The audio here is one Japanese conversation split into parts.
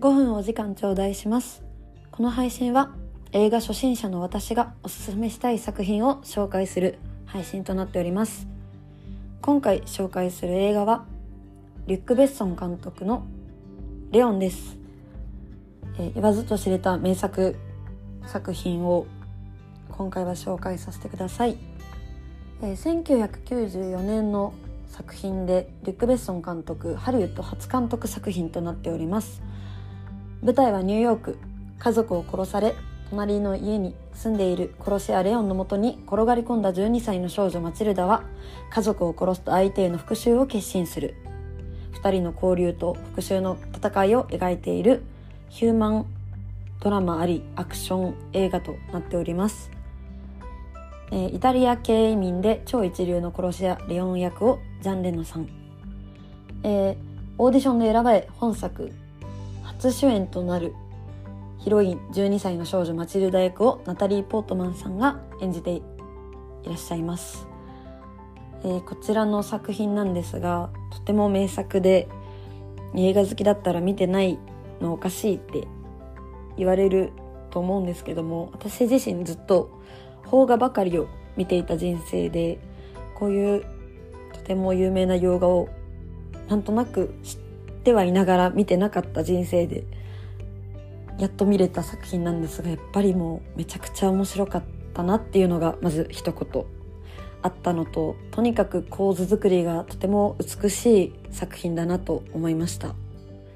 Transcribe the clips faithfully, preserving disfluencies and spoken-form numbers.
ごふんお時間頂戴します。この配信は映画初心者の私がおすすめしたい作品を紹介する配信となっております。今回紹介する映画はリュック・ベッソン監督のレオンです。えー、言わずと知れた名作作品を今回は紹介させてください。えー、せんきゅうひゃくきゅうじゅうよねんの作品でリュック・ベッソン監督ハリウッド初監督作品となっております。舞台はニューヨーク。家族を殺され隣の家に住んでいる殺し屋レオンのもとに転がり込んだじゅうにさいの少女マチルダは家族を殺すと相手への復讐を決心する。二人の交流と復讐の戦いを描いているヒューマンドラマありアクション映画となっております。えー、イタリア系移民で超一流の殺し屋レオン役をジャン・レノさん、えー、オーディションで選ばれ本作初主演となるヒロインじゅうにさいの少女マチルダ役をナタリー・ポートマンさんが演じていらっしゃいます。えー、こちらの作品なんですがとても名作で、映画好きだったら見てないのおかしいって言われると思うんですけども、私自身ずっと邦画ばかりを見ていた人生で、こういうとても有名な洋画をなんとなく知ってはいながら見てなかった人生でやっと見れた作品なんですが、やっぱりもうめちゃくちゃ面白かったなっていうのがまず一言あったのと、とにかく構図作りがとても美しい作品だなと思いました。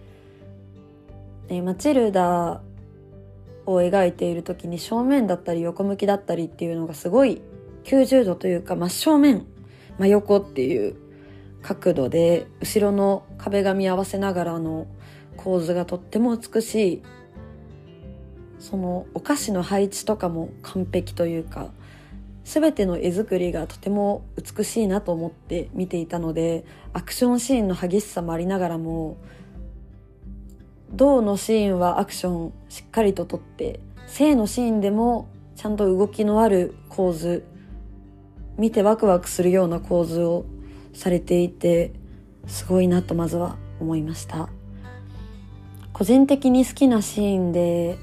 えマチルダを描いている時に正面だったり横向きだったりっていうのがすごいきゅうじゅうどというか真正面真横っていう角度で後ろの壁紙合わせながらの構図がとっても美しい。そのお菓子の配置とかも完璧というか、全ての絵作りがとても美しいなと思って見ていたので、アクションシーンの激しさもありながらも動のシーンはアクションしっかりと撮って、静のシーンでもちゃんと動きのある構図、見てワクワクするような構図をされていてすごいなとまずは思いました。個人的に好きなシーンで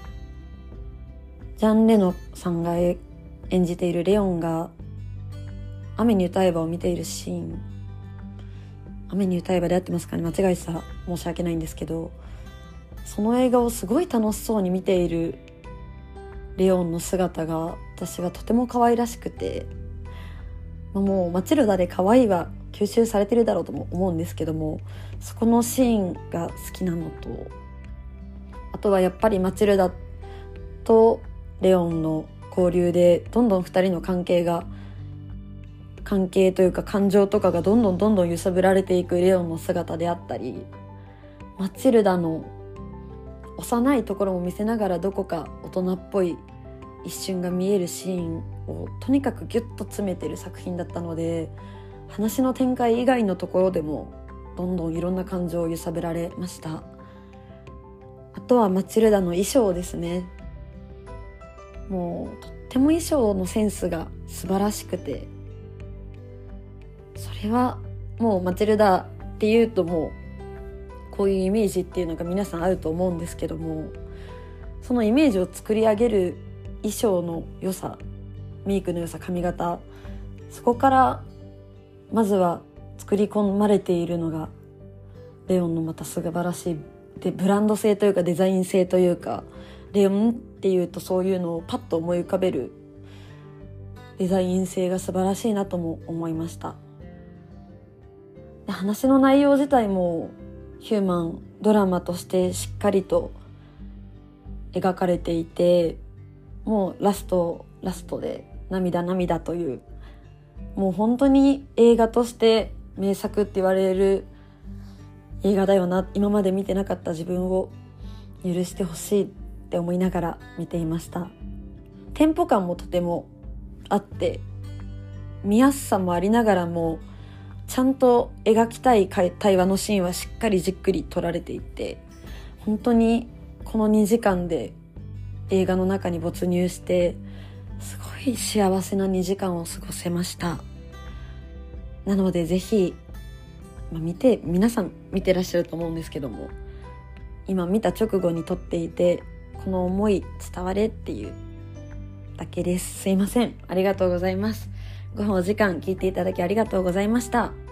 ジャン・レノさんが演じているレオンが雨に歌えばを見ているシーン、雨に歌えばで合ってますかね、間違えてたら申し訳ないんですけど、その映画をすごい楽しそうに見ているレオンの姿が私はとても可愛らしくて、もうマチルダで可愛いは吸収されてるだろうとも思うんですけども、そこのシーンが好きなのと、あとはやっぱりマチルダとレオンの交流でどんどん二人の関係が関係というか感情とかがどんどんどんどん揺さぶられていくレオンの姿であったり、マチルダの幼いところも見せながらどこか大人っぽい一瞬が見えるシーンをとにかくギュッと詰めてる作品だったので、話の展開以外のところでもどんどんいろんな感情を揺さぶられました。あとはマチルダの衣装ですね。もうとっても衣装のセンスが素晴らしくて、それはもうマチルダっていうともうこういうイメージっていうのが皆さんあると思うんですけども、そのイメージを作り上げる衣装の良さ、メイクの良さ、髪型、そこからまずは作り込まれているのがレオンのまた素晴らしいでブランド性というかデザイン性というか、レオンっていうとそういうのをパッと思い浮かべるデザイン性が素晴らしいなとも思いました。で話の内容自体もヒューマンドラマとしてしっかりと描かれていて、もうラストラストで涙涙という、もう本当に映画として名作って言われる映画だよな、今まで見てなかった自分を許してほしいって思いながら見ていました。テンポ感もとてもあって見やすさもありながらも、ちゃんと描きたい対話のシーンはしっかりじっくり撮られていて、本当にこのにじかんで映画の中に没入してすごい幸せなにじかんを過ごせました。なのでぜひ、まあ、見て皆さん見てらっしゃると思うんですけども、 今見た直後に撮っていて、この思い伝われっていうだけです。すいません。ありがとうございます。ごお時間聞いていただきありがとうございました。